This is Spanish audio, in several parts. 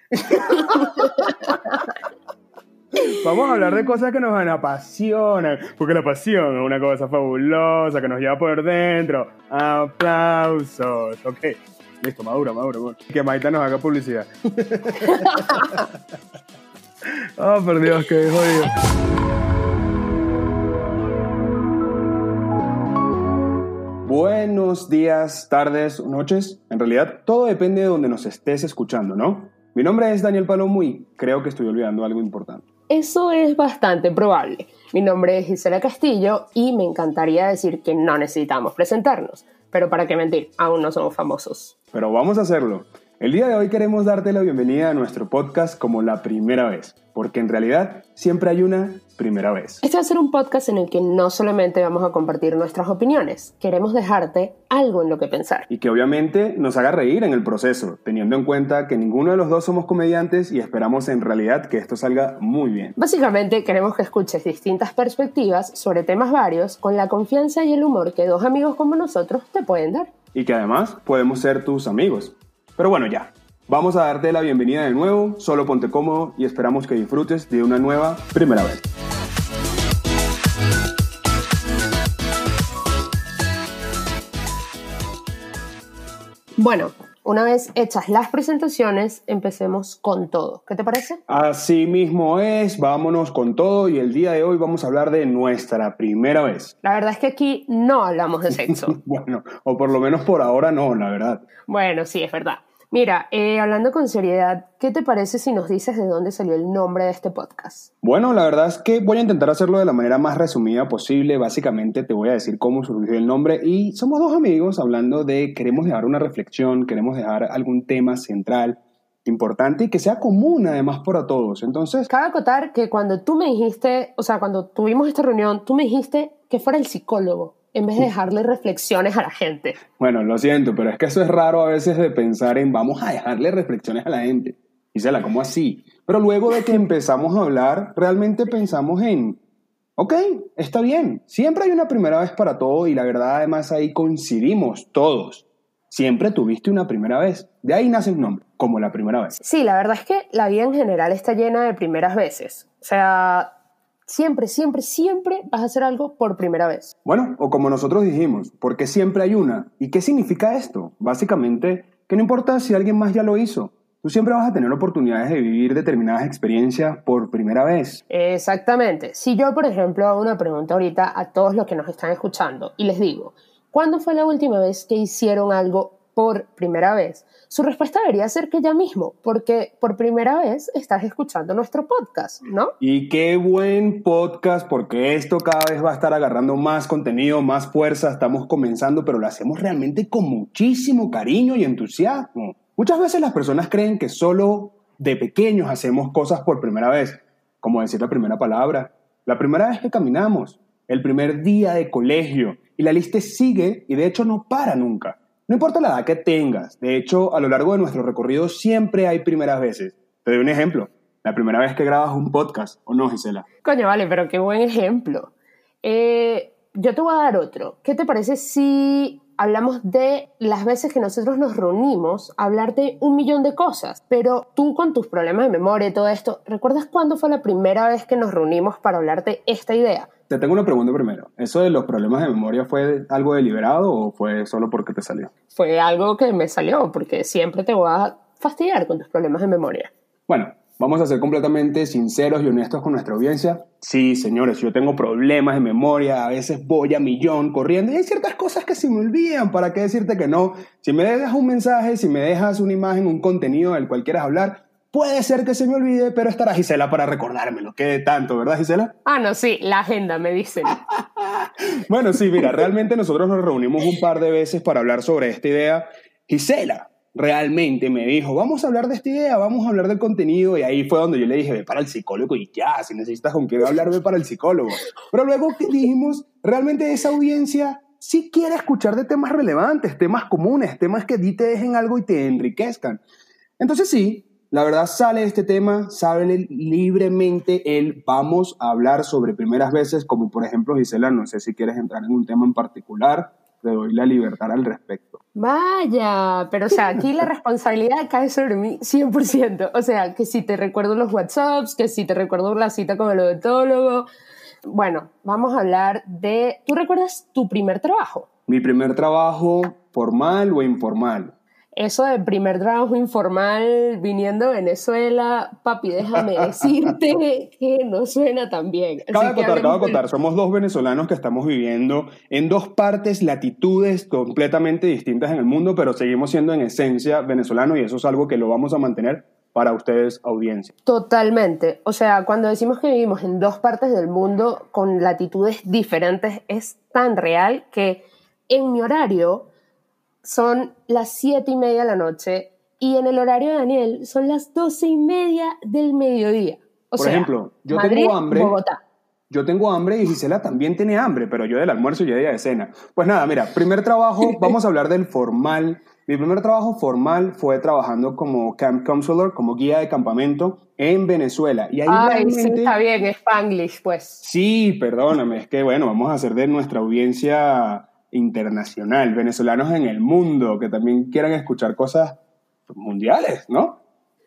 Vamos a hablar de cosas que nos apasionan, porque la pasión es una cosa fabulosa que nos lleva por dentro. Aplausos. Ok, listo, madura. Que Maita nos haga publicidad. Oh, por Dios, qué jodido. Buenos días, tardes, noches. En realidad, todo depende de donde nos estés escuchando, ¿no? Mi nombre es Daniel Palomo y creo que estoy olvidando algo importante. Eso es bastante probable. Mi nombre es Gisela Castillo y me encantaría decir que no necesitamos presentarnos. Pero para qué mentir, aún no somos famosos. Pero vamos a hacerlo. El día de hoy queremos darte la bienvenida a nuestro podcast como la primera vez, porque en realidad siempre hay una primera vez. Este va a ser un podcast en el que no solamente vamos a compartir nuestras opiniones, queremos dejarte algo en lo que pensar. Y que obviamente nos haga reír en el proceso, teniendo en cuenta que ninguno de los dos somos comediantes y esperamos en realidad que esto salga muy bien. Básicamente queremos que escuches distintas perspectivas sobre temas varios con la confianza y el humor que dos amigos como nosotros te pueden dar. Y que además podemos ser tus amigos. Pero bueno, ya. Vamos a darte la bienvenida de nuevo, solo ponte cómodo y esperamos que disfrutes de una nueva primera vez. Bueno, una vez hechas las presentaciones, empecemos con todo. ¿Qué te parece? Así mismo es, vámonos con todo y el día de hoy vamos a hablar de nuestra primera vez. La verdad es que aquí no hablamos de sexo. Bueno, o por lo menos por ahora no, la verdad. Bueno, sí, es verdad. Mira, hablando con seriedad, ¿qué te parece si nos dices de dónde salió el nombre de este podcast? Bueno, la verdad es que voy a intentar hacerlo de la manera más resumida posible. Básicamente te voy a decir cómo surgió el nombre y somos dos amigos hablando de queremos dejar una reflexión, queremos dejar algún tema central, importante y que sea común además para todos. Entonces, cabe acotar que cuando tú me dijiste, cuando tuvimos esta reunión, tú me dijiste que fuera el psicólogo en vez de dejarle reflexiones a la gente. Bueno, lo siento, pero es que eso es raro a veces de pensar en vamos a dejarle reflexiones a la gente. Gisela, ¿cómo así? Pero luego de que empezamos a hablar, realmente pensamos en, ok, está bien, siempre hay una primera vez para todo y la verdad además ahí coincidimos todos. Siempre tuviste una primera vez. De ahí nace el nombre, como la primera vez. Sí, la verdad es que la vida en general está llena de primeras veces. O sea, siempre vas a hacer algo por primera vez. Bueno, o como nosotros dijimos, porque siempre hay una. ¿Y qué significa esto? Básicamente, que no importa si alguien más ya lo hizo. Tú siempre vas a tener oportunidades de vivir determinadas experiencias por primera vez. Exactamente. Si yo, por ejemplo, hago una pregunta ahorita a todos los que nos están escuchando y les digo, ¿cuándo fue la última vez que hicieron algo por primera vez? Su respuesta debería ser que ya mismo, porque por primera vez estás escuchando nuestro podcast, ¿no? Y qué buen podcast, porque esto cada vez va a estar agarrando más contenido, más fuerza. Estamos comenzando, pero lo hacemos realmente con muchísimo cariño y entusiasmo. Muchas veces las personas creen que solo de pequeños hacemos cosas por primera vez, como decir la primera palabra, la primera vez que caminamos, el primer día de colegio, y la lista sigue y de hecho no para nunca. No importa la edad que tengas, de hecho, a lo largo de nuestro recorrido siempre hay primeras veces. Te doy un ejemplo, la primera vez que grabas un podcast, ¿o no, Gisela? Coño, vale, pero qué buen ejemplo. Yo te voy a dar otro. ¿Qué te parece si hablamos de las veces que nosotros nos reunimos a hablar de 1.000.000 de cosas? Pero tú con tus problemas de memoria y todo esto, ¿recuerdas cuándo fue la primera vez que nos reunimos para hablar de esta idea? Te tengo una pregunta primero. ¿Eso de los problemas de memoria fue algo deliberado o fue solo porque te salió? Fue algo que me salió, porque siempre te voy a fastidiar con tus problemas de memoria. Bueno, vamos a ser completamente sinceros y honestos con nuestra audiencia. Sí, señores, yo tengo problemas de memoria, a veces voy a millón corriendo y hay ciertas cosas que se me olvidan, ¿para qué decirte que no? Si me dejas un mensaje, si me dejas una imagen, un contenido del cual quieras hablar, puede ser que se me olvide, pero estará Gisela para recordármelo. ¿Qué tanto, verdad, Gisela? Ah, no, sí, la agenda, me dicen. Bueno, sí, mira, realmente nosotros nos reunimos un par de veces para hablar sobre esta idea. Gisela realmente me dijo, vamos a hablar de esta idea, vamos a hablar del contenido, y ahí fue donde yo le dije, ve para el psicólogo y ya, si necesitas con quién hablar, ve para el psicólogo. Pero luego dijimos, realmente esa audiencia sí quiere escuchar de temas relevantes, temas comunes, temas que a ti te dejen algo y te enriquezcan. Entonces sí, la verdad sale este tema, sale libremente el vamos a hablar sobre primeras veces, como por ejemplo, Gisela, no sé si quieres entrar en un tema en particular. te doy la libertad al respecto. Vaya, pero o sea, aquí la responsabilidad cae sobre mí 100%. O sea, que si te recuerdo los WhatsApps, que si te recuerdo la cita con el odontólogo. Bueno, vamos a hablar de... ¿Tú recuerdas tu primer trabajo? Mi primer trabajo, formal o informal. Eso de primer trabajo informal viniendo de Venezuela, papi, déjame decirte que no suena tan bien. Cabe acotar, somos dos venezolanos que estamos viviendo en dos partes, latitudes completamente distintas en el mundo, pero seguimos siendo en esencia venezolanos y eso es algo que lo vamos a mantener para ustedes, audiencia. Totalmente. O sea, cuando decimos que vivimos en dos partes del mundo con latitudes diferentes, es tan real que en mi horario son las 7:30 de la noche y en el horario de Daniel son las 12:30 del mediodía. Por ejemplo, yo Madrid, tengo hambre. Bogotá. Yo tengo hambre y Gisela también tiene hambre, pero yo del almuerzo y ella de cena. Pues nada, mira, primer trabajo, vamos a hablar del formal. Mi primer trabajo formal fue trabajando como camp counselor, como guía de campamento en Venezuela. Y ahí realmente... sí, está bien, Spanglish, pues. Sí, perdóname, es que bueno, vamos a hacer de nuestra audiencia internacional, venezolanos en el mundo, que también quieran escuchar cosas mundiales, ¿no?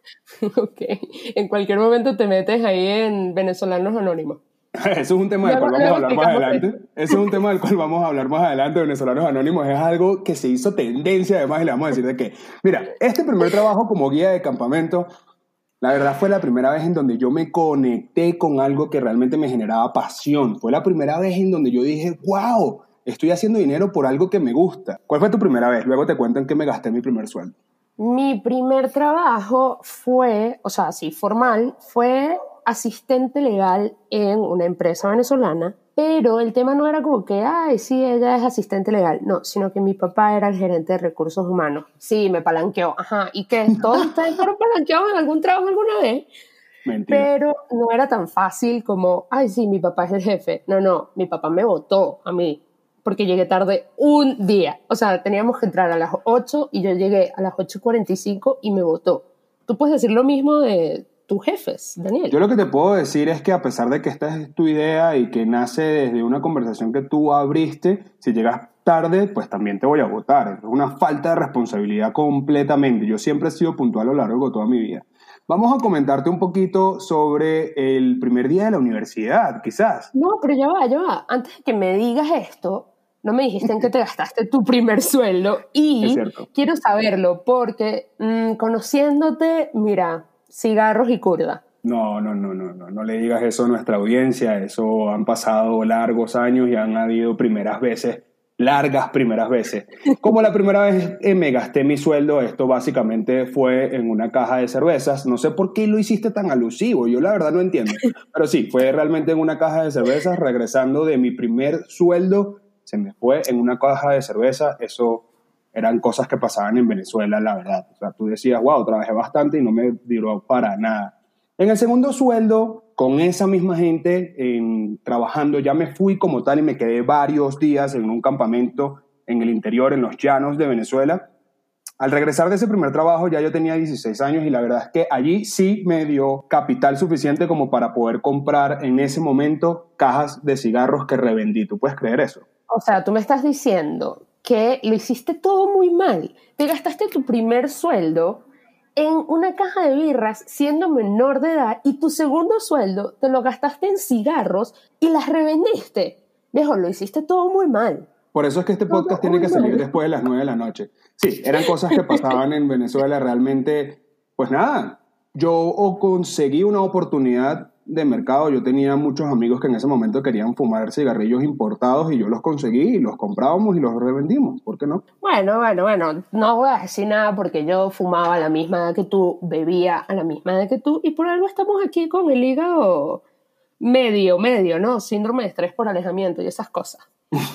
Ok, en cualquier momento te metes ahí en Venezolanos Anónimos. Eso es un tema del cual vamos a hablar más adelante. Eso es un tema del cual vamos a hablar más adelante. Venezolanos Anónimos es algo que se hizo tendencia, además, y le vamos a decir de que, mira, este primer trabajo como guía de campamento, la verdad fue la primera vez en donde yo me conecté con algo que realmente me generaba pasión. Fue la primera vez en donde yo dije, wow, estoy haciendo dinero por algo que me gusta. ¿Cuál fue tu primera vez? Luego te cuento en qué me gasté mi primer sueldo. Mi primer trabajo fue, o sea, sí, formal, fue asistente legal en una empresa venezolana, pero el tema no era como que, ay, sí, ella es asistente legal, no, sino que mi papá era el gerente de recursos humanos. Sí, me palanqueó, ajá, ¿y qué? ¿Todos ustedes fueron palanqueados en algún trabajo alguna vez? Mentira. Pero no era tan fácil como, ay, sí, mi papá es el jefe. No, mi papá me votó a mí porque llegué tarde un día. O sea, teníamos que entrar a las 8 y yo llegué a las 8:45 y me votó. Tú puedes decir lo mismo de tus jefes, Daniel. Yo lo que te puedo decir es que a pesar de que esta es tu idea y que nace desde una conversación que tú abriste, si llegas tarde, pues también te voy a votar. Es una falta de responsabilidad completamente. Yo siempre he sido puntual a lo largo de toda mi vida. Vamos a comentarte un poquito sobre el primer día de la universidad, quizás. No, pero ya va. Antes de que me digas esto, no me dijiste en qué te gastaste tu primer sueldo y quiero saberlo porque conociéndote, mira, cigarros y curda. No le digas eso a nuestra audiencia. Eso han pasado largos años y han habido largas primeras veces. Como la primera vez me gasté mi sueldo, esto básicamente fue en una caja de cervezas. No sé por qué lo hiciste tan alusivo, yo la verdad no entiendo. Pero sí, fue realmente en una caja de cervezas, regresando de mi primer sueldo, se me fue en una caja de cerveza. Eso eran cosas que pasaban en Venezuela, la verdad. O sea, tú decías, wow, trabajé bastante y no me duró para nada. En el segundo sueldo, con esa misma gente trabajando, ya me fui como tal y me quedé varios días en un campamento en el interior, en los llanos de Venezuela. Al regresar de ese primer trabajo ya yo tenía 16 años y la verdad es que allí sí me dio capital suficiente como para poder comprar en ese momento cajas de cigarros que revendí. ¿Tú puedes creer eso? O sea, tú me estás diciendo que lo hiciste todo muy mal. Te gastaste tu primer sueldo en una caja de birras siendo menor de edad y tu segundo sueldo te lo gastaste en cigarros y las revendiste. Viejo, lo hiciste todo muy mal. Por eso es que este podcast tiene que salir después de las 9 de la noche. Sí, eran cosas que pasaban en Venezuela realmente. Pues nada, yo conseguí una oportunidad de mercado. Yo tenía muchos amigos que en ese momento querían fumar cigarrillos importados y yo los conseguí y los comprábamos y los revendimos. ¿Por qué no? Bueno, no voy a decir nada porque yo fumaba a la misma edad que tú, bebía a la misma edad que tú y por algo estamos aquí con el hígado medio, ¿no? Síndrome de estrés por alejamiento y esas cosas.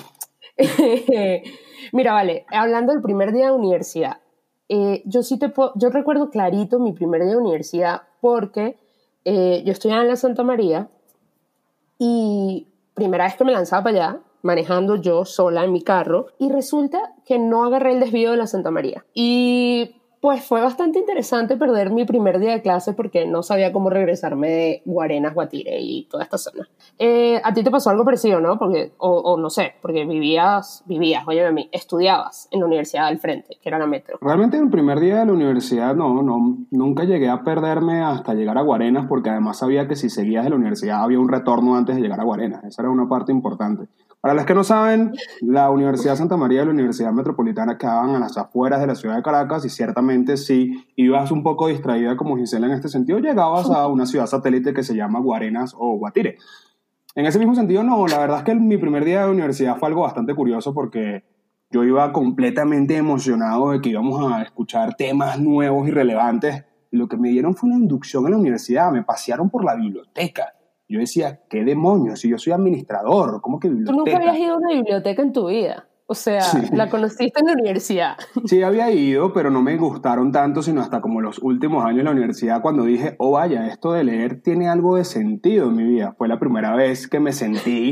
Mira, vale, hablando del primer día de universidad, yo recuerdo clarito mi primer día de universidad porque yo estudiaba en la Santa María y primera vez que me lanzaba para allá, manejando yo sola en mi carro, y resulta que no agarré el desvío de la Santa María. Y pues fue bastante interesante perder mi primer día de clase porque no sabía cómo regresarme de Guarenas, Guatire y toda esta zona. A ti te pasó algo parecido, ¿no? Porque, o no sé, porque vivías, oye, a mí, estudiabas en la universidad al frente, que era la Metro. Realmente en el primer día de la universidad nunca llegué a perderme hasta llegar a Guarenas porque además sabía que si seguías de la universidad había un retorno antes de llegar a Guarenas. Esa era una parte importante. Para los que no saben, la Universidad Santa María y la Universidad Metropolitana quedaban a las afueras de la ciudad de Caracas y ciertamente si ibas un poco distraída como Gisela en este sentido, llegabas a una ciudad satélite que se llama Guarenas o Guatire. En ese mismo sentido, no, la verdad es que mi primer día de universidad fue algo bastante curioso porque yo iba completamente emocionado de que íbamos a escuchar temas nuevos y relevantes. Y lo que me dieron fue una inducción a la universidad, me pasearon por la biblioteca. Yo decía, ¿qué demonios? Si yo soy administrador, ¿cómo que biblioteca? Tú nunca habías ido a una biblioteca en tu vida. O sea, sí. La conociste en la universidad. Sí, había ido, pero no me gustaron tanto, sino hasta como los últimos años de la universidad, cuando dije, oh vaya, esto de leer tiene algo de sentido en mi vida. Fue la primera vez que me sentí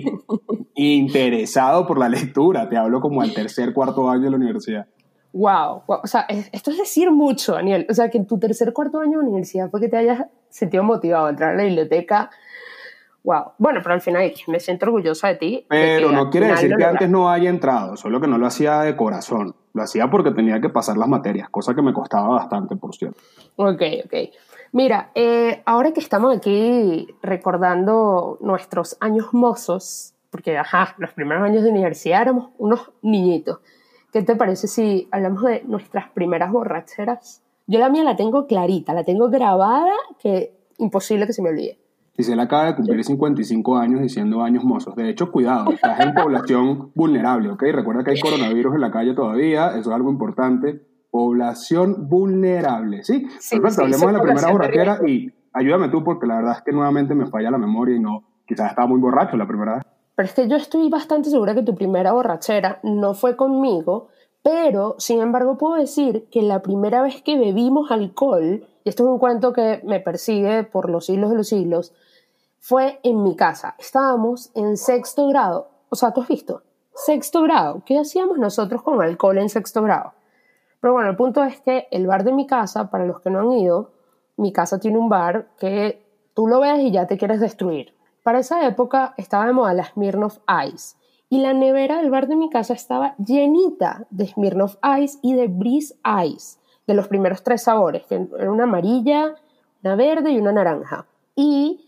interesado por la lectura. Te hablo como al tercer, cuarto año de la universidad. Wow. O sea, esto es decir mucho, Daniel. O sea, que en tu tercer, cuarto año de universidad fue que te hayas sentido motivado a entrar a la biblioteca. Wow. Bueno, pero al final me siento orgullosa de ti. Pero no quiere decir que antes no haya entrado, solo que no lo hacía de corazón. Lo hacía porque tenía que pasar las materias, cosa que me costaba bastante, por cierto. Ok. Mira, ahora que estamos aquí recordando nuestros años mozos, porque, los primeros años de universidad éramos unos niñitos. ¿Qué te parece si hablamos de nuestras primeras borracheras? Yo la mía la tengo clarita, la tengo grabada, que imposible que se me olvide. Gisela acaba de cumplir 55 años diciendo años mozos. De hecho, cuidado, estás en población vulnerable, ¿ok? Recuerda que hay coronavirus en la calle todavía, eso es algo importante. Población vulnerable, ¿sí? Perfecto, hablemos de la primera borrachera y ayúdame tú porque la verdad es que nuevamente me falla la memoria y quizás estaba muy borracho la primera vez. Pero es que yo estoy bastante segura que tu primera borrachera no fue conmigo, pero sin embargo puedo decir que la primera vez que bebimos alcohol, y esto es un cuento que me persigue por los siglos de los siglos, fue en mi casa. Estábamos en sexto grado. O sea, ¿tú has visto? Sexto grado. ¿Qué hacíamos nosotros con alcohol en sexto grado? Pero bueno, el punto es que el bar de mi casa, para los que no han ido, mi casa tiene un bar que tú lo ves y ya te quieres destruir. Para esa época estaba de moda la Smirnoff Ice. Y la nevera del bar de mi casa estaba llenita de Smirnoff Ice y de Breeze Ice, de los primeros 3 sabores, que era una amarilla, una verde y una naranja. Y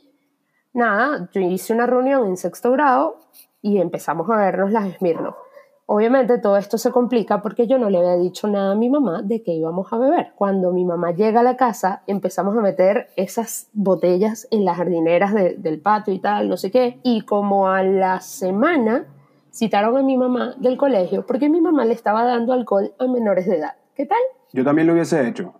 nada, yo hice una reunión en sexto grado y empezamos a vernos las Smirnoff. Obviamente todo esto se complica porque yo no le había dicho nada a mi mamá de que íbamos a beber. Cuando mi mamá llega a la casa, empezamos a meter esas botellas en las jardineras del patio y tal, no sé qué. Y como a la semana citaron a mi mamá del colegio porque mi mamá le estaba dando alcohol a menores de edad. ¿Qué tal? Yo también lo hubiese hecho.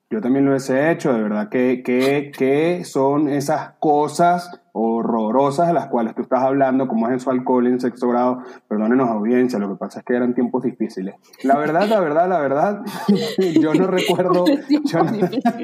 De verdad que son esas cosas horrorosas de las cuales tú estás hablando, como es su alcohol en sexto grado. Perdónenos audiencia, lo que pasa es que eran tiempos difíciles. La verdad, yo no recuerdo. Yo no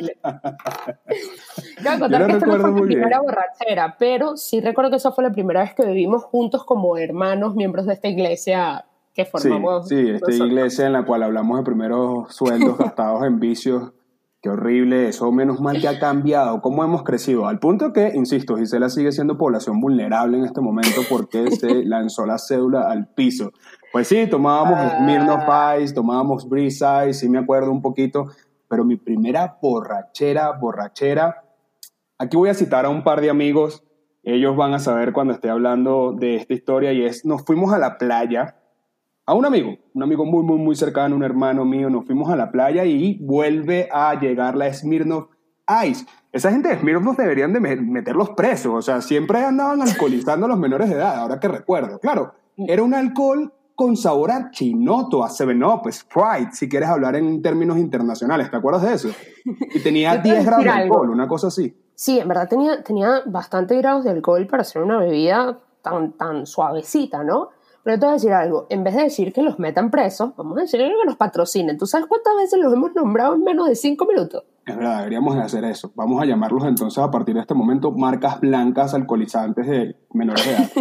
recuerdo muy bien. Primera borrachera, pero sí recuerdo que esa fue la primera vez que bebimos juntos como hermanos, miembros de esta iglesia que formamos. Sí, esta iglesia en la cual hablamos de primeros sueldos gastados en vicios. Qué horrible eso, menos mal que ha cambiado, cómo hemos crecido, al punto que, insisto, Gisela sigue siendo población vulnerable en este momento porque se lanzó la cédula al piso. Pues sí, tomábamos Smirnoff Ice, tomábamos Breeze Ice, sí me acuerdo un poquito, pero mi primera borrachera, aquí voy a citar a un par de amigos, ellos van a saber cuando esté hablando de esta historia, y nos fuimos a la playa, a un amigo muy, muy, muy cercano, un hermano mío, nos fuimos a la playa y vuelve a llegar la Smirnoff Ice. Esa gente de Smirnoff deberían de meterlos presos, o sea, siempre andaban alcoholizando a los menores de edad, ahora que recuerdo. Claro, era un alcohol con sabor a chinoto, a 7-Up, Sprite, si quieres hablar en términos internacionales, ¿te acuerdas de eso? Y tenía 10 grados de alcohol, una cosa así. Sí, en verdad tenía bastante grados de alcohol para ser una bebida tan suavecita, ¿no? Pero te voy a decir algo, en vez de decir que los metan presos, vamos a decir que los patrocinen. ¿Tú sabes cuántas veces los hemos nombrado en menos de 5 minutos? Es verdad, deberíamos de hacer eso. Vamos a llamarlos entonces a partir de este momento marcas blancas alcoholizantes de menores de edad.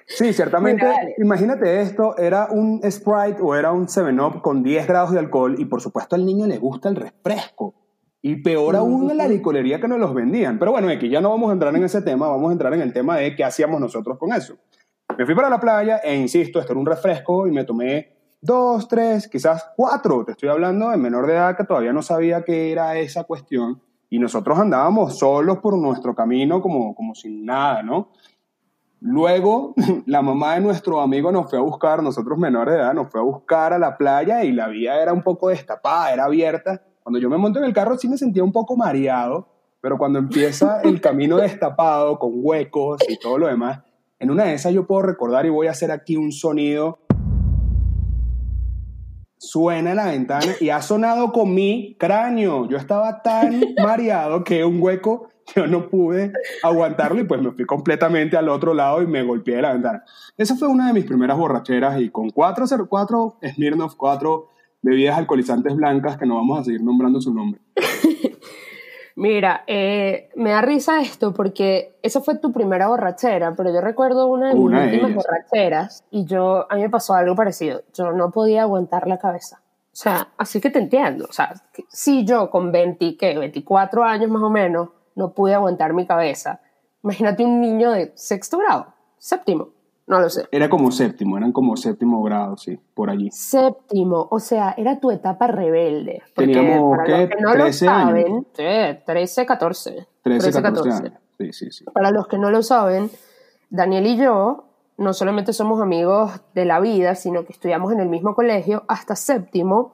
Sí, ciertamente, Bueno, dale. imagínate esto, era un Sprite o era un 7-Up con 10 grados de alcohol y por supuesto al niño le gusta el refresco. Y peor aún en la Ujú. licorería que nos los vendían. Pero bueno, aquí ya no vamos a entrar en ese tema, vamos a entrar en el tema de qué hacíamos nosotros con eso. Me fui para la playa e insisto, esto era un refresco y me tomé 2, 3, quizás 4. Te estoy hablando de menor de edad que todavía no sabía qué era esa cuestión. Y nosotros andábamos solos por nuestro camino como sin nada, ¿no? Luego, la mamá de nuestro amigo nos fue a buscar, nosotros menores de edad, nos fue a buscar a la playa y la vía era un poco destapada, era abierta. Cuando yo me monto en el carro sí me sentía un poco mareado, pero cuando empieza el camino destapado, con huecos y todo lo demás, en una de esas yo puedo recordar y voy a hacer aquí un sonido. Suena en la ventana y ha sonado con mi cráneo. Yo estaba tan mareado que un hueco yo no pude aguantarlo y pues me fui completamente al otro lado y me golpeé de la ventana. Esa fue una de mis primeras borracheras y con 404 Smirnoff, 4 bebidas alcoholizantes blancas que no vamos a seguir nombrando su nombre. Mira, me da risa esto porque esa fue tu primera borrachera, pero yo recuerdo una de mis Una de últimas ellas. borracheras y a mí me pasó algo parecido. Yo no podía aguantar la cabeza. O sea, así que te entiendo. O sea, si yo con 24 años más o menos no pude aguantar mi cabeza, imagínate un niño de sexto grado, séptimo, no lo sé. Eran como séptimo grado, sí, por allí. Séptimo, o sea, era tu etapa rebelde, porque Teníamos, para los ¿qué? que no lo 13 años. saben, sí, 13, 14, 13, 13, 14 14. años. Sí, sí, sí. Para los que no lo saben, Daniel y yo no solamente somos amigos de la vida, sino que estudiamos en el mismo colegio hasta séptimo,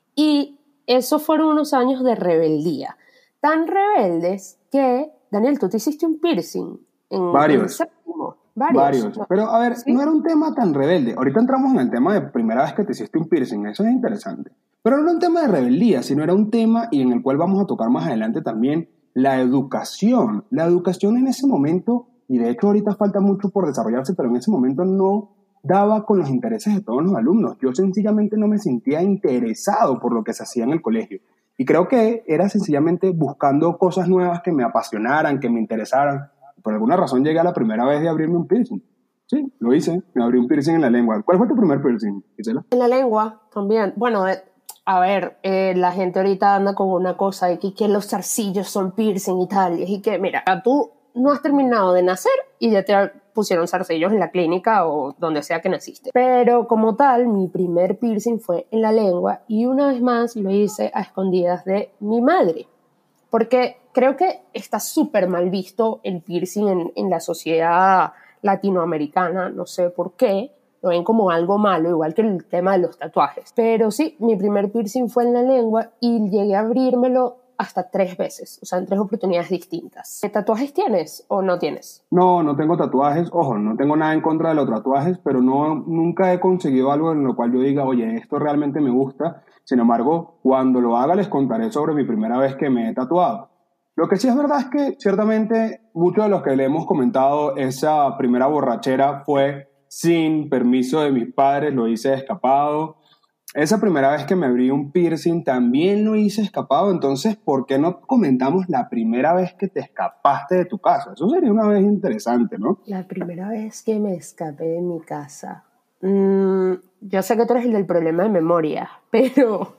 y esos fueron unos años de rebeldía. Tan rebeldes que, Daniel, tú te hiciste un piercing en Varios. séptimo, varios. Varios. Pero a ver, no ¿Sí? era un tema tan rebelde. Ahorita entramos en el tema de primera vez que te hiciste un piercing. Eso es interesante. Pero no era un tema de rebeldía, sino era un tema y en el cual vamos a tocar más adelante también la educación. La educación en ese momento, y de hecho ahorita falta mucho por desarrollarse, pero en ese momento no daba con los intereses de todos los alumnos. Yo sencillamente no me sentía interesado por lo que se hacía en el colegio. Y creo que era sencillamente buscando cosas nuevas que me apasionaran, que me interesaran. Por alguna razón llegué a la primera vez de abrirme un piercing. Sí, lo hice. Me abrí un piercing en la lengua. ¿Cuál fue tu primer piercing, Gisela? En la lengua también. Bueno, a ver, la gente ahorita anda con una cosa de que los zarcillos son piercing y tal. Y que, mira, tú no has terminado de nacer y ya te pusieron zarcillos en la clínica o donde sea que naciste. Pero como tal, mi primer piercing fue en la lengua y una vez más lo hice a escondidas de mi madre. Porque creo que está súper mal visto el piercing en la sociedad latinoamericana, no sé por qué, lo ven como algo malo, igual que el tema de los tatuajes. Pero sí, mi primer piercing fue en la lengua y llegué a abrírmelo hasta 3 veces, o sea, en 3 oportunidades distintas. ¿Qué tatuajes tienes o no tienes? No, no tengo tatuajes. Ojo, no tengo nada en contra de los tatuajes, pero no, nunca he conseguido algo en lo cual yo diga, oye, esto realmente me gusta. Sin embargo, cuando lo haga les contaré sobre mi primera vez que me he tatuado. Lo que sí es verdad es que ciertamente muchos de los que le hemos comentado esa primera borrachera fue sin permiso de mis padres, lo hice escapado. Esa primera vez que me abrí un piercing también lo hice escapado, entonces, ¿por qué no comentamos la primera vez que te escapaste de tu casa? Eso sería una vez interesante, ¿no? La primera vez que me escapé de mi casa. Yo sé que tú eres el del problema de memoria, pero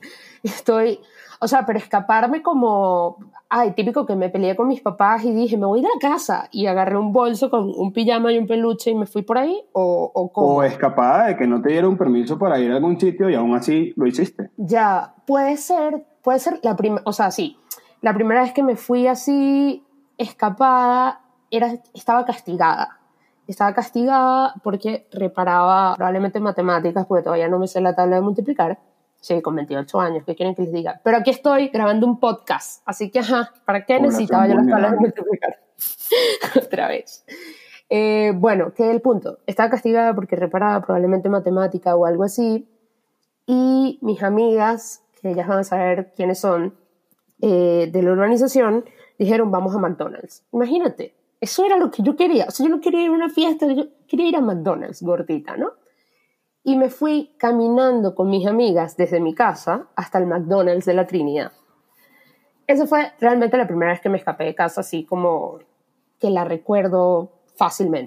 pero escaparme como, típico que me peleé con mis papás y dije, me voy de la casa y agarré un bolso con un pijama y un peluche y me fui por ahí, o O ¿cómo? escapada de que no te dieron permiso para ir a algún sitio y aún así lo hiciste. Ya, puede ser sí, la primera vez que me fui así escapada estaba castigada. Estaba castigada porque reparaba probablemente matemáticas, porque todavía no me sé la tabla de multiplicar. Sí, con 28 años, ¿qué quieren que les diga? Pero aquí estoy grabando un podcast, así que, ¿para qué necesitaba Población yo las tablas de vulnerable. multiplicar? Otra vez. Bueno, ¿qué es el punto? Estaba castigada porque reparaba probablemente matemática o algo así, y mis amigas, que ellas van a saber quiénes son, de la urbanización, dijeron, vamos a McDonald's. Imagínate, eso era lo que yo quería. O sea, yo no quería ir a una fiesta, yo quería ir a McDonald's, gordita, ¿no? Y me fui caminando con mis amigas desde mi casa hasta el McDonald's de la Trinidad. Esa fue realmente la primera vez que me escapé de casa, así como que la recuerdo fácilmente.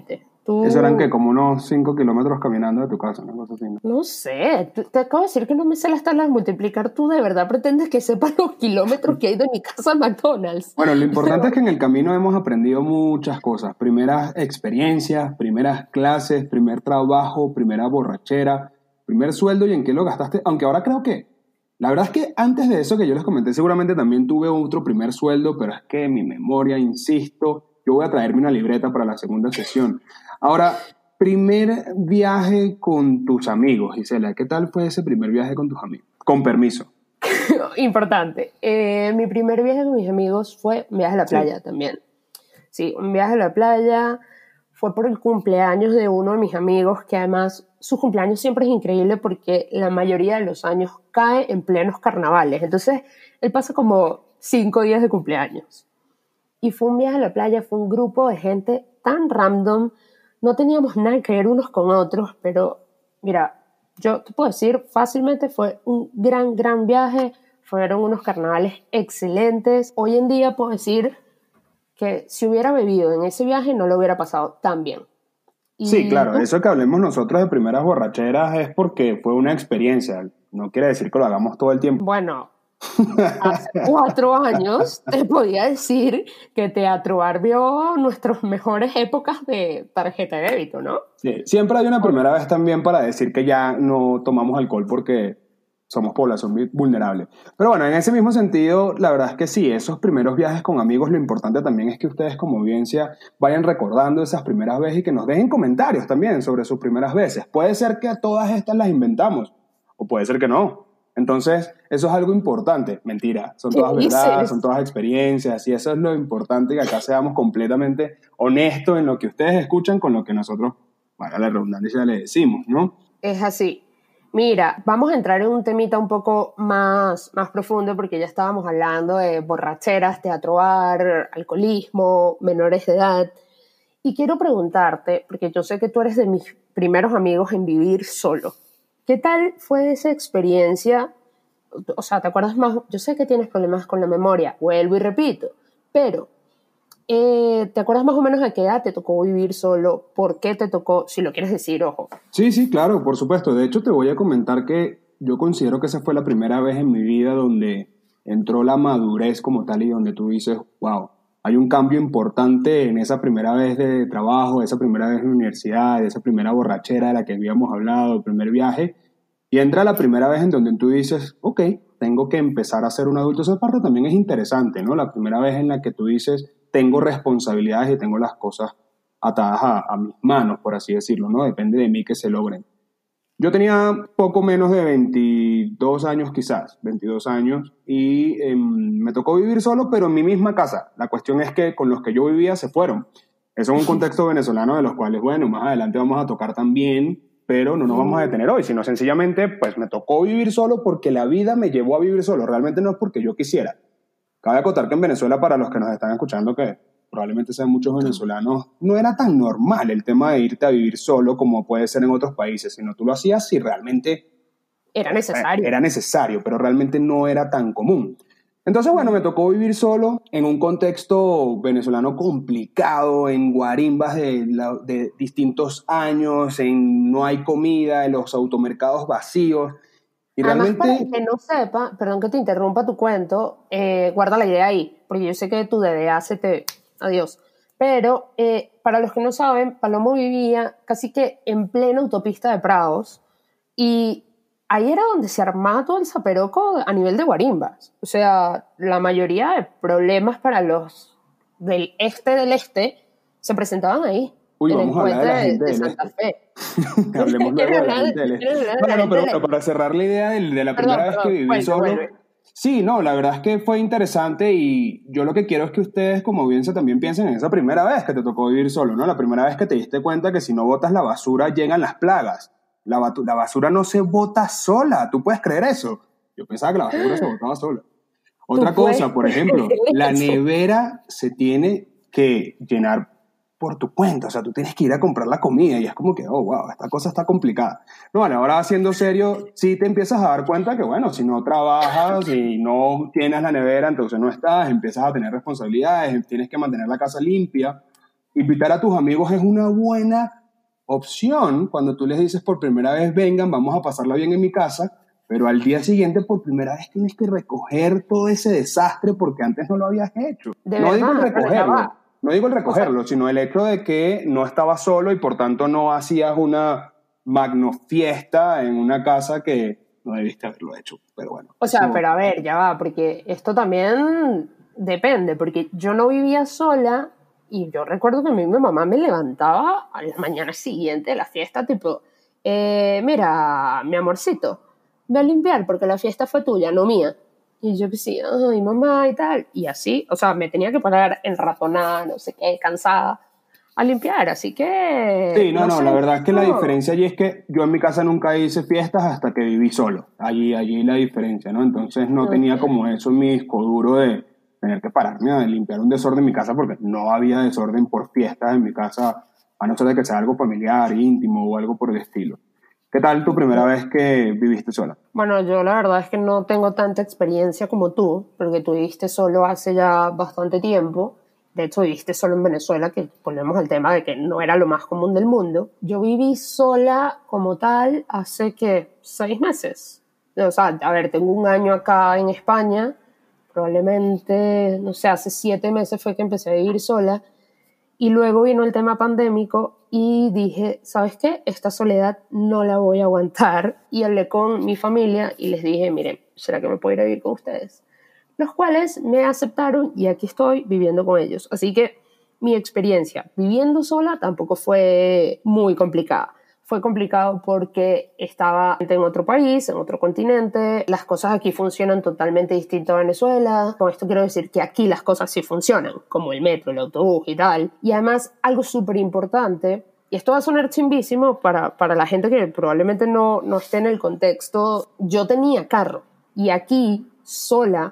Eso eran que como unos 5 kilómetros caminando de tu casa, una cosa así, ¿no? No sé, te acabo de decir que no me sé las tablas de multiplicar. ¿Tú de verdad pretendes que sepa los kilómetros que hay de mi casa a McDonald's? Bueno, lo importante es que en el camino hemos aprendido muchas cosas. Primeras experiencias, primeras clases, primer trabajo, primera borrachera, primer sueldo y en qué lo gastaste. Aunque ahora creo que, la verdad es que antes de eso que yo les comenté, seguramente también tuve otro primer sueldo, pero es que mi memoria, insisto, yo voy a traerme una libreta para la segunda sesión. Ahora, primer viaje con tus amigos, Gisela, ¿qué tal fue ese primer viaje con tus amigos? Con permiso. Importante. Mi primer viaje con mis amigos fue un viaje a la playa también. Sí, un viaje a la playa. Fue por el cumpleaños de uno de mis amigos, que además su cumpleaños siempre es increíble porque la mayoría de los años cae en plenos carnavales. Entonces, él pasa como 5 días de cumpleaños. Y fue un viaje a la playa, fue un grupo de gente tan random. No teníamos nada que ver unos con otros, pero mira, yo te puedo decir, fácilmente fue un gran viaje. Fueron unos carnavales excelentes. Hoy en día puedo decir que si hubiera bebido en ese viaje no lo hubiera pasado tan bien. Sí, claro, eso que hablemos nosotros de primeras borracheras es porque fue una experiencia. No quiere decir que lo hagamos todo el tiempo. Bueno, hace 4 años te podía decir que Teatro Bar vio nuestras mejores épocas de tarjeta de débito, ¿no? Sí, siempre hay una primera vez también para decir que ya no tomamos alcohol porque somos población vulnerable. Pero bueno, en ese mismo sentido, la verdad es que sí, esos primeros viajes con amigos, lo importante también es que ustedes como audiencia vayan recordando esas primeras veces y que nos dejen comentarios también sobre sus primeras veces. Puede ser que a todas estas las inventamos o puede ser que no. Entonces, eso es algo importante. Mentira, son todas verdades, son todas experiencias y eso es lo importante, que acá seamos completamente honestos en lo que ustedes escuchan con lo que nosotros, para la redundancia, le decimos, ¿no? Es así. Mira, vamos a entrar en un temita un poco más profundo porque ya estábamos hablando de borracheras, teatro bar, alcoholismo, menores de edad. Y quiero preguntarte, porque yo sé que tú eres de mis primeros amigos en vivir solo. ¿Qué tal fue esa experiencia? O sea, ¿te acuerdas más? Yo sé que tienes problemas con la memoria, vuelvo y repito, pero ¿te acuerdas más o menos a qué edad te tocó vivir solo? ¿Por qué te tocó? Si lo quieres decir, ojo. Sí, claro, por supuesto. De hecho, te voy a comentar que yo considero que esa fue la primera vez en mi vida donde entró la madurez como tal y donde tú dices, wow, hay un cambio importante en esa primera vez de trabajo, esa primera vez en la universidad, esa primera borrachera de la que habíamos hablado, el primer viaje, y entra la primera vez en donde tú dices, ok, tengo que empezar a ser un adulto. Esa parte también es interesante, ¿no? La primera vez en la que tú dices, tengo responsabilidades y tengo las cosas atadas a mis manos, por así decirlo, ¿no? Depende de mí que se logren. Yo tenía poco menos de 22 años quizás, 22 años, y me tocó vivir solo, pero en mi misma casa. La cuestión es que con los que yo vivía se fueron. Eso es un contexto venezolano de los cuales, bueno, más adelante vamos a tocar también, pero no nos vamos a detener hoy, sino sencillamente, pues me tocó vivir solo porque la vida me llevó a vivir solo. Realmente no es porque yo quisiera. Cabe acotar que en Venezuela, para los que nos están escuchando, que probablemente sean muchos venezolanos, no era tan normal el tema de irte a vivir solo como puede ser en otros países, sino tú lo hacías si realmente era necesario. Era necesario, pero realmente no era tan común. Entonces, bueno, me tocó vivir solo en un contexto venezolano complicado, en guarimbas de distintos años, en no hay comida, en los automercados vacíos. Y además, realmente, para el que no sepa, perdón que te interrumpa tu cuento, guarda la idea ahí, porque yo sé que tu DDA se te... Adiós. Pero para los que no saben, Palomo vivía casi que en plena autopista de Prados y ahí era donde se armaba todo el zaperoco a nivel de guarimbas. O sea, la mayoría de problemas para los del este se presentaban ahí. uy, en el vamos a hablar de la gente puente de del Santa este. Fe. Hablemos luego de la gente del este. Bueno, pero para cerrar la idea de la primera vez que viví solo... Sí, no, la verdad es que fue interesante y yo lo que quiero es que ustedes como audiencia también piensen en esa primera vez que te tocó vivir solo, ¿no? La primera vez que te diste cuenta que si no botas la basura llegan las plagas. La basura no se bota sola, ¿tú puedes creer eso? Yo pensaba que la basura se botaba sola. Otra cosa, por ejemplo, la nevera se tiene que llenar por tu cuenta, o sea, tú tienes que ir a comprar la comida y es como que, oh, wow, esta cosa está complicada. No, vale, ahora siendo serio, sí te empiezas a dar cuenta que, bueno, si no trabajas y no tienes la nevera, entonces no estás, empiezas a tener responsabilidades, tienes que mantener la casa limpia invitar a tus amigos es una buena opción cuando tú les dices por primera vez, vengan, vamos a pasarla bien en mi casa, pero al día siguiente por primera vez tienes que recoger todo ese desastre porque antes no lo habías hecho. De No digo el verdad, pero ya recogerlo, va. no digo el O sea, recogerlo, sino el hecho de que no estabas solo y por tanto no hacías una magno fiesta en una casa que no debiste haberlo hecho, pero bueno. pero a ver, ya va, porque esto también depende, porque yo no vivía sola y yo recuerdo que mi mamá me levantaba a la mañana siguiente de la fiesta, tipo, mira, mi amorcito, ve a limpiar porque la fiesta fue tuya, no mía. Y yo decía, ay, mamá y tal. Y así, o sea, me tenía que parar enratonada, no sé qué, cansada, a limpiar. Así que, Sí, no, no no, sé, la verdad es que la no. diferencia allí es que yo en mi casa nunca hice fiestas hasta que viví solo. Allí la diferencia, ¿no? Entonces no tenía Ok. como eso en mi disco duro de tener que pararme a limpiar un desorden en mi casa porque no había desorden por fiestas en mi casa, a no ser de que sea algo familiar, íntimo o algo por el estilo. ¿Qué tal tu primera vez que viviste sola? Bueno, yo la verdad es que no tengo tanta experiencia como tú, porque tú viviste solo hace ya bastante tiempo. De hecho, viviste solo en Venezuela, que volvemos al tema de que no era lo más común del mundo. Yo viví sola como tal hace que 6 meses. O sea, a ver, tengo un año acá en España, probablemente, no sé, hace 7 meses fue que empecé a vivir sola. Y luego vino el tema pandémico y dije, ¿sabes qué? Esta soledad no la voy a aguantar. Y hablé con mi familia y les dije, miren, ¿será que me puedo ir a vivir con ustedes? Los cuales me aceptaron y aquí estoy viviendo con ellos. Así que mi experiencia viviendo sola tampoco fue muy complicada. Fue complicado porque estaba en otro país, en otro continente. Las cosas aquí funcionan totalmente distinto a Venezuela. Con esto quiero decir que aquí las cosas sí funcionan, como el metro, el autobús y tal. Y además, algo súper importante, y esto va a sonar chimbísimo para la gente que probablemente no esté en el contexto. Yo tenía carro y aquí, sola,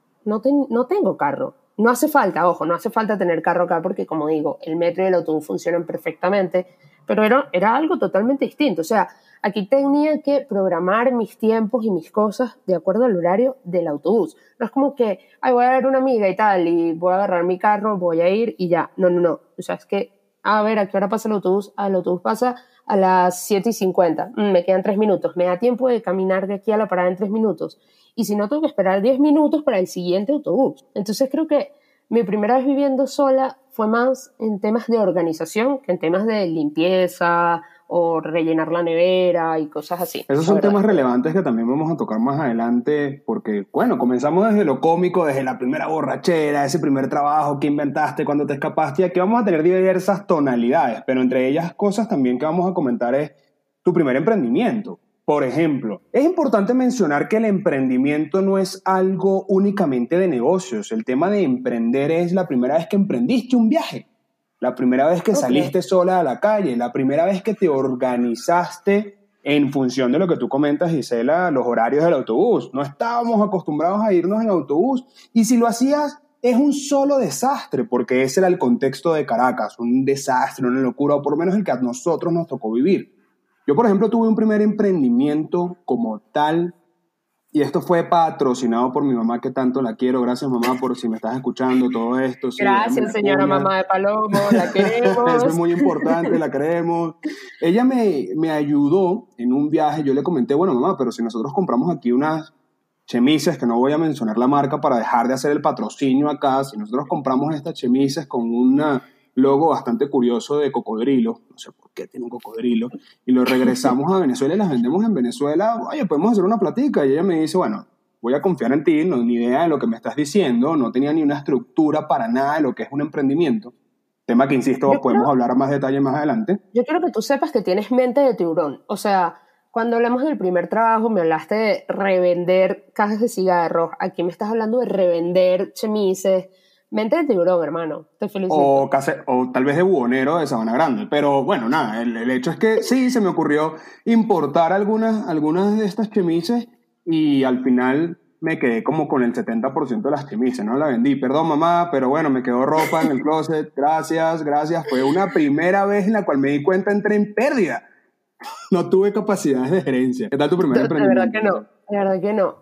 no tengo carro. No hace falta, ojo, no hace falta tener carro acá porque, como digo, el metro y el autobús funcionan perfectamente, pero era algo totalmente distinto. O sea, aquí tenía que programar mis tiempos y mis cosas de acuerdo al horario del autobús. No es como que, ay, voy a ver una amiga y tal, y voy a agarrar mi carro, voy a ir y ya. No, no, no. O sea, es que, a ver, ¿a qué hora pasa el autobús? Ah, el autobús pasa a las 7:50. Me quedan 3 minutos. Me da tiempo de caminar de aquí a la parada en 3 minutos. Y si no, tengo que esperar 10 minutos para el siguiente autobús. Entonces creo que mi primera vez viviendo sola fue más en temas de organización que en temas de limpieza o rellenar la nevera y cosas así, Esos la son verdad. temas relevantes que también vamos a tocar más adelante porque, bueno, comenzamos desde lo cómico, desde la primera borrachera, ese primer trabajo que inventaste cuando te escapaste y aquí vamos a tener diversas tonalidades, pero entre ellas cosas también que vamos a comentar es tu primer emprendimiento. Por ejemplo, es importante mencionar que el emprendimiento no es algo únicamente de negocios. El tema de emprender es la primera vez que emprendiste un viaje, la primera vez que Ok. saliste sola a la calle, la primera vez que te organizaste en función de lo que tú comentas, Gisela, los horarios del autobús. No estábamos acostumbrados a irnos en autobús y si lo hacías es un solo desastre, porque ese era el contexto de Caracas, un desastre, una locura, o por lo menos el que a nosotros nos tocó vivir. Yo, por ejemplo, tuve un primer emprendimiento como tal y esto fue patrocinado por mi mamá, que tanto la quiero. Gracias, mamá, por si me estás escuchando todo esto. Sí, déjame Gracias, la señora cuña. mamá de Palomo, la Eso es queremos. muy importante, la creemos. Ella me ayudó en un viaje. Yo le comenté, bueno, mamá, pero si nosotros compramos aquí unas chemises, que no voy a mencionar la marca para dejar de hacer el patrocinio acá, si nosotros compramos estas chemises con un logo bastante curioso de cocodrilo, no sé por qué tiene un cocodrilo, y lo regresamos a Venezuela y las vendemos en Venezuela, oye, podemos hacer una platica. Y ella me dice, bueno, voy a confiar en ti, no ni idea de lo que me estás diciendo, no tenía ni una estructura para nada de lo que es un emprendimiento. Tema que, insisto, Yo podemos creo, hablar más detalle más adelante. yo quiero que tú sepas que tienes mente de tiburón. O sea, cuando hablamos del primer trabajo, me hablaste de revender cajas de cigarros. Aquí me estás hablando de revender chemises. Mente de tiburón, hermano. Te felicito. O tal vez de bubonero de Sabana Grande. Pero bueno, nada, el hecho es que sí, se me ocurrió importar algunas de estas chemises y al final me quedé como con el 70% de las chemises, no la vendí. Perdón, mamá, pero bueno, me quedó ropa en el closet. Gracias, gracias. Fue una primera vez en la cual me di cuenta, entré en pérdida. No tuve capacidades de gerencia. ¿Qué tal tu primer De verdad que emprendimiento? no, de verdad que no.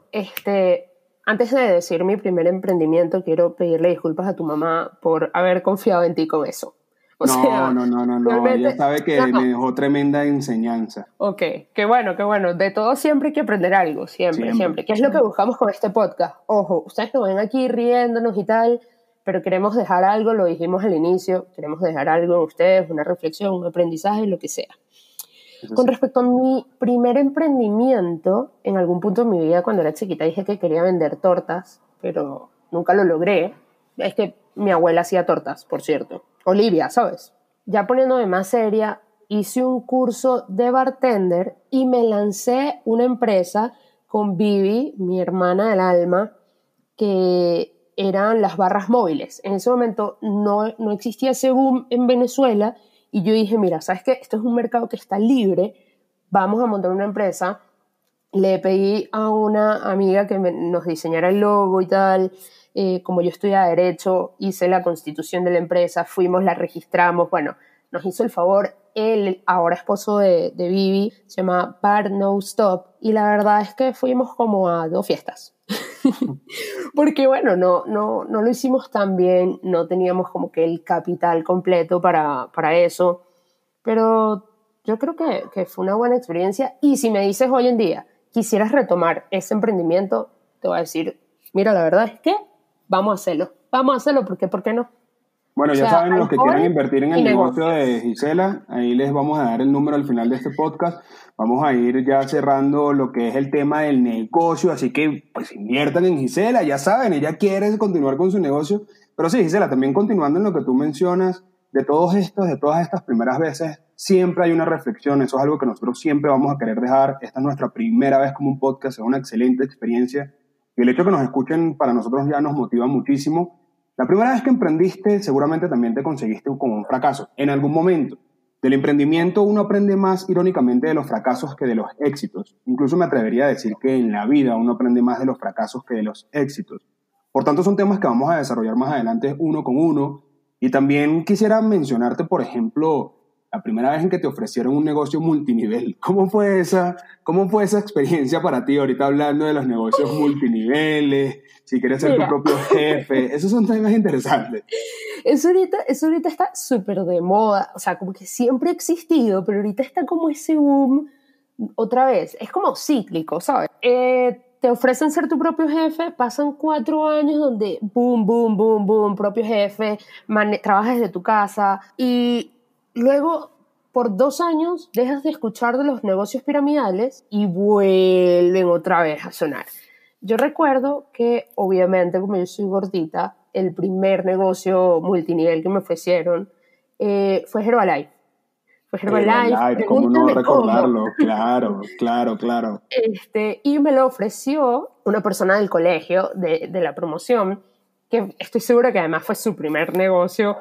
Antes de decir mi primer emprendimiento, quiero pedirle disculpas a tu mamá por haber confiado en ti con eso. O No, sea, no, no, no, no. Ella realmente, sabe que no, me no. dejó tremenda enseñanza. Ok, qué bueno, qué bueno. De todo siempre hay que aprender algo, siempre, Siempre, siempre. ¿Qué es lo que siempre. buscamos con este podcast? Ojo, ustedes nos ven aquí riéndonos y tal, pero queremos dejar algo, lo dijimos al inicio, queremos dejar algo en ustedes, una reflexión, un aprendizaje, lo que sea. Eso Con sí. respecto a mi primer emprendimiento, en algún punto de mi vida, cuando era chiquita, dije que quería vender tortas, pero nunca lo logré. Es que mi abuela hacía tortas, por cierto. Olivia, ¿sabes? Ya poniéndome más seria, hice un curso de bartender y me lancé una empresa con Vivi, mi hermana del alma, que eran las barras móviles. En ese momento no existía ese boom en Venezuela y yo dije, mira, ¿sabes qué? Esto es un mercado que está libre, vamos a montar una empresa. Le pedí a una amiga que nos diseñara el logo y tal. Como yo estudiaba Derecho, hice la constitución de la empresa, fuimos, la registramos. Bueno, nos hizo el favor el ahora esposo de Vivi, se llama Bar No Stop, y la verdad es que fuimos como a 2 fiestas. Porque bueno, no lo hicimos tan bien, no teníamos como que el capital completo para eso, pero yo creo que fue una buena experiencia. Y si me dices hoy en día, quisieras retomar ese emprendimiento, te voy a decir, mira, la verdad es que vamos a hacerlo porque ¿por qué no? O Bueno, ya sea, saben, los que quieran alcohol invertir en y el negocio negocio. de Gisela, ahí les vamos a dar el número al final de este podcast. Vamos a ir ya cerrando lo que es el tema del negocio, así que pues inviertan en Gisela, ya saben, ella quiere continuar con su negocio. Pero sí, Gisela, también continuando en lo que tú mencionas, de todas estas primeras veces, siempre hay una reflexión, eso es algo que nosotros siempre vamos a querer dejar. Esta es nuestra primera vez como un podcast, es una excelente experiencia. Y el hecho de que nos escuchen para nosotros ya nos motiva muchísimo. La primera vez que emprendiste, seguramente también te conseguiste con un fracaso, en algún momento. Del emprendimiento uno aprende más irónicamente de los fracasos que de los éxitos. Incluso me atrevería a decir que en la vida uno aprende más de los fracasos que de los éxitos. Por tanto, son temas que vamos a desarrollar más adelante uno con uno. Y también quisiera mencionarte, por ejemplo, la primera vez en que te ofrecieron un negocio multinivel. Cómo fue esa experiencia para ti? Ahorita hablando de los negocios multiniveles, si quieres ser tu Mira, propio jefe, esos son temas interesantes. eso ahorita está súper de moda, o sea, como que siempre ha existido, pero ahorita está como ese boom otra vez. Es como cíclico, ¿sabes? Te ofrecen ser tu propio jefe, pasan 4 años donde boom, boom, boom, boom, propio jefe, trabajas desde tu casa y luego por 2 años dejas de escuchar de los negocios piramidales y vuelven otra vez a sonar. Yo recuerdo que, obviamente, como yo soy gordita, el primer negocio multinivel que me ofrecieron fue Herbalife. Fue Herbalife, Herbalife, ¿cómo no pregúntame cómo. recordarlo? Claro, claro, claro. Y me lo ofreció una persona del colegio, de la promoción, que estoy segura que además fue su primer negocio.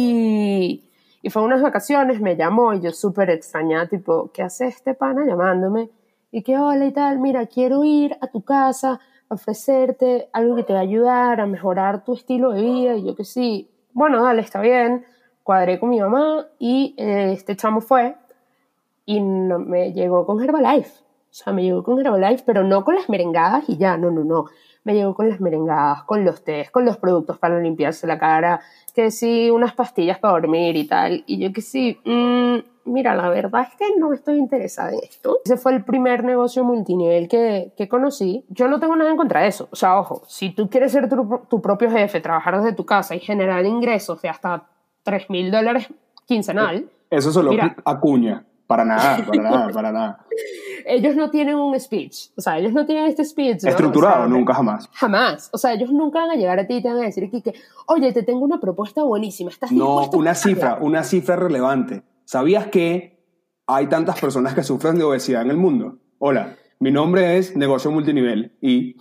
Y fue unas vacaciones, me llamó y yo súper extrañada, tipo, ¿qué hace este pana llamándome? Y que hola y tal, mira, quiero ir a tu casa a ofrecerte algo que te va a ayudar a mejorar tu estilo de vida. Y yo que sí, bueno, dale, está bien. Cuadré con mi mamá y este chamo fue y no, me llegó con Herbalife. O sea, me llegó con Herbalife, pero no con las merengadas y ya, no, no, no. Me llegó con las merengadas, con los tés, con los productos para limpiarse la cara, que sí, unas pastillas para dormir y tal. Y yo que sí, mira, la verdad es que no estoy interesada en esto. Ese fue el primer negocio multinivel que conocí. Yo no tengo nada en contra de eso. O sea, ojo, si tú quieres ser tu propio jefe, trabajar desde tu casa y generar ingresos de hasta $3,000 quincenal, Eso solo mira, acuña. Para nada, para nada, para nada. ellos no tienen un speech, o sea, ellos no tienen este speech, ¿no? O Estructurado, sea, nunca jamás. jamás, o sea, ellos nunca van a llegar a ti y te van a decir que, oye, te tengo una propuesta buenísima, ¿estás No, dispuesto a escucharla? una cifra relevante. ¿Sabías que hay tantas personas que sufren de obesidad en el mundo? Hola, mi nombre es Negocio Multinivel y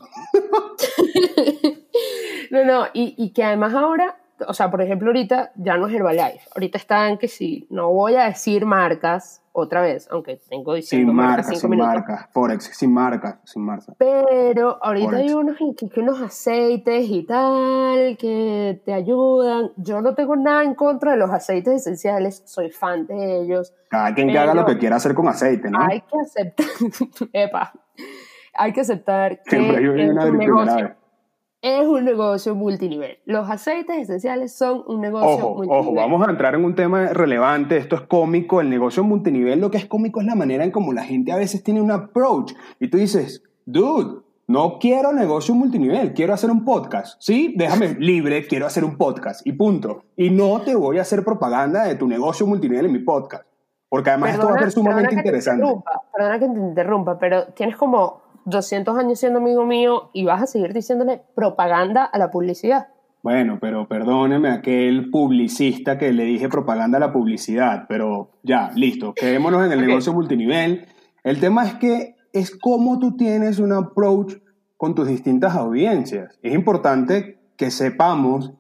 No, no, y que además ahora, o sea, por ejemplo, ahorita ya no es Herbalife, ahorita están que sí, no voy a decir marcas otra vez, aunque tengo diciendo marcas 5 minutos. Forex, sin marcas, Pero ahorita hay Forex. unos aceites y tal que te ayudan. Yo no tengo nada en contra de los aceites esenciales, soy fan de ellos, Cada quien que haga lo pero que quiera hacer con aceite, ¿no? hay que aceptar, epa, hay que aceptar Siempre que hay es una un primera negocio. vez. es un negocio multinivel. Los aceites esenciales son un negocio multinivel. Ojo, vamos a entrar en un tema relevante. Esto es cómico. El negocio multinivel, lo que es cómico es la manera en cómo la gente a veces tiene un approach. Y tú dices, dude, no quiero negocio multinivel, quiero hacer un podcast. ¿Sí? Déjame libre, quiero hacer un podcast. Y punto. Y no te voy a hacer propaganda de tu negocio multinivel en mi podcast. Porque además esto va a ser sumamente interesante. Perdona que te interrumpa, pero tienes como 200 años siendo amigo mío y vas a seguir diciéndole propaganda a la publicidad. Bueno, pero perdóneme a aquel publicista que le dije propaganda a la publicidad, pero ya, listo, quedémonos en el negocio multinivel. El tema es que es cómo tú tienes un approach con tus distintas audiencias. Es importante que sepamos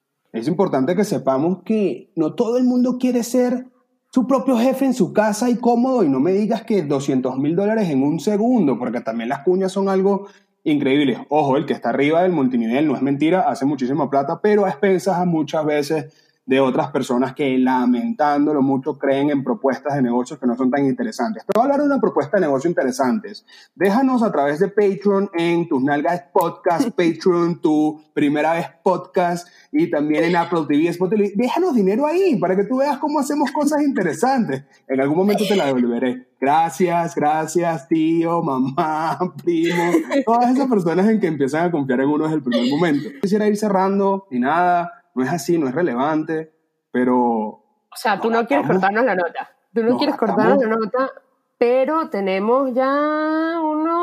que no todo el mundo quiere ser su propio jefe en su casa y cómodo, y no me digas que $200,000 en un segundo, porque también las cuñas son algo increíble. Ojo, el que está arriba del multinivel no es mentira, hace muchísima plata, pero a expensas muchas veces de otras personas que, lamentándolo mucho, creen en propuestas de negocios que no son tan interesantes. Te voy a hablar de una propuesta de negocio interesantes. Déjanos a través de Patreon en Tus Nalgas Podcast, Patreon, Tu Primera Vez Podcast, y también en Apple TV, Spotify. Déjanos dinero ahí para que tú veas cómo hacemos cosas interesantes. En algún momento te la devolveré. Gracias, tío, mamá, primo, todas esas personas en que empiezan a confiar en uno desde el primer momento. Quisiera ir cerrando y nada. No es así, no es relevante, pero... O sea, tú no quieres cortarnos la nota. Tú no quieres cortarnos la nota, pero tenemos ya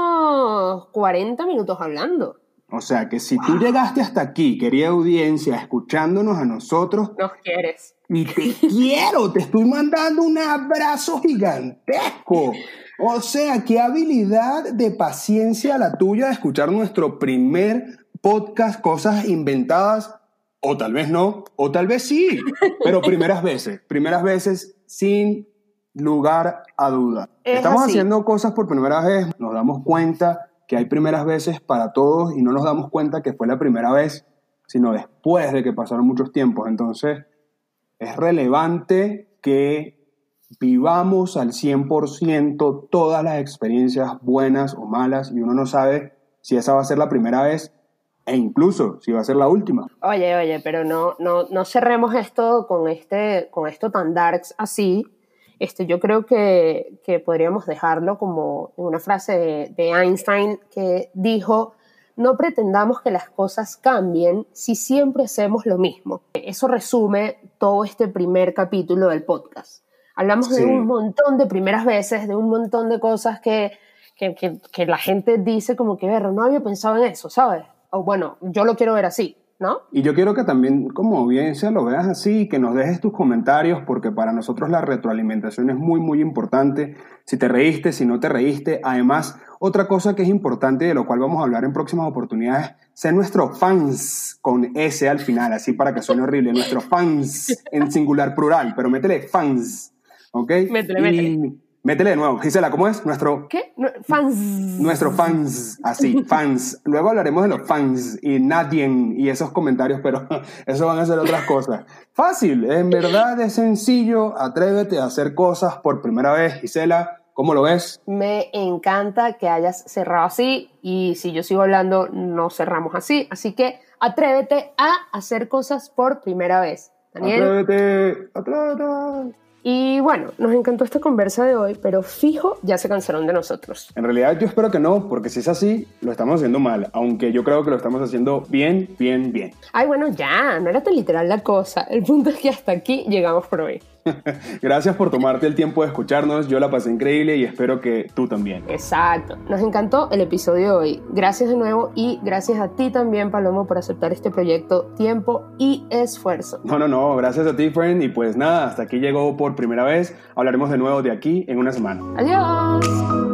unos 40 minutos hablando. O sea, que si tú llegaste hasta aquí, querida audiencia, escuchándonos a nosotros... Nos quieres. Y te quiero, te estoy mandando un abrazo gigantesco. O sea, qué habilidad de paciencia la tuya de escuchar nuestro primer podcast, cosas inventadas. O tal vez no, o tal vez sí, pero primeras veces sin lugar a duda. Estamos haciendo cosas por primera vez, nos damos cuenta que hay primeras veces para todos y no nos damos cuenta que fue la primera vez, sino después de que pasaron muchos tiempos. Entonces, es relevante que vivamos al 100% todas las experiencias buenas o malas y uno no sabe si esa va a ser la primera vez e incluso si va a ser la última. Oye, pero no cerremos esto con esto tan darks así. Yo creo que podríamos dejarlo como en una frase de Einstein que dijo: no pretendamos que las cosas cambien si siempre hacemos lo mismo. Eso resume todo este primer capítulo del podcast. Hablamos de un montón de primeras veces, de un montón de cosas que la gente dice como que, no había pensado en eso, ¿sabes? O bueno, yo lo quiero ver así, ¿no? Y yo quiero que también como audiencia lo veas así, que nos dejes tus comentarios, porque para nosotros la retroalimentación es muy, muy importante. Si te reíste, si no te reíste. Además, otra cosa que es importante y de lo cual vamos a hablar en próximas oportunidades, ser nuestros fans con S al final, así para que suene horrible. Nuestros fans en singular plural, pero métele fans, ¿ok? Métele de nuevo. Gisela, ¿cómo es? ¿Qué? Fans. Nuestros fans, así, fans. Luego hablaremos de los fans y nadie y esos comentarios, pero eso van a ser otras cosas. Fácil, en verdad es sencillo. Atrévete a hacer cosas por primera vez. Gisela, ¿cómo lo ves? Me encanta que hayas cerrado así y si yo sigo hablando no cerramos así. Así que atrévete a hacer cosas por primera vez. Daniel. Atrévete. Y bueno, nos encantó esta conversa de hoy, pero fijo, ya se cansaron de nosotros. En realidad yo espero que no, porque si es así, lo estamos haciendo mal, aunque yo creo que lo estamos haciendo bien. Ay, bueno, ya, no era tan literal la cosa. El punto es que hasta aquí llegamos por hoy. Gracias por tomarte el tiempo de escucharnos, yo la pasé increíble y espero que tú también. Exacto, nos encantó el episodio de hoy. Gracias de nuevo y gracias a ti también, Palomo, por aceptar este proyecto, tiempo y esfuerzo. No, gracias a ti, friend, y pues nada, hasta aquí llegó por primera vez. Hablaremos de nuevo de aquí en una semana. Adiós.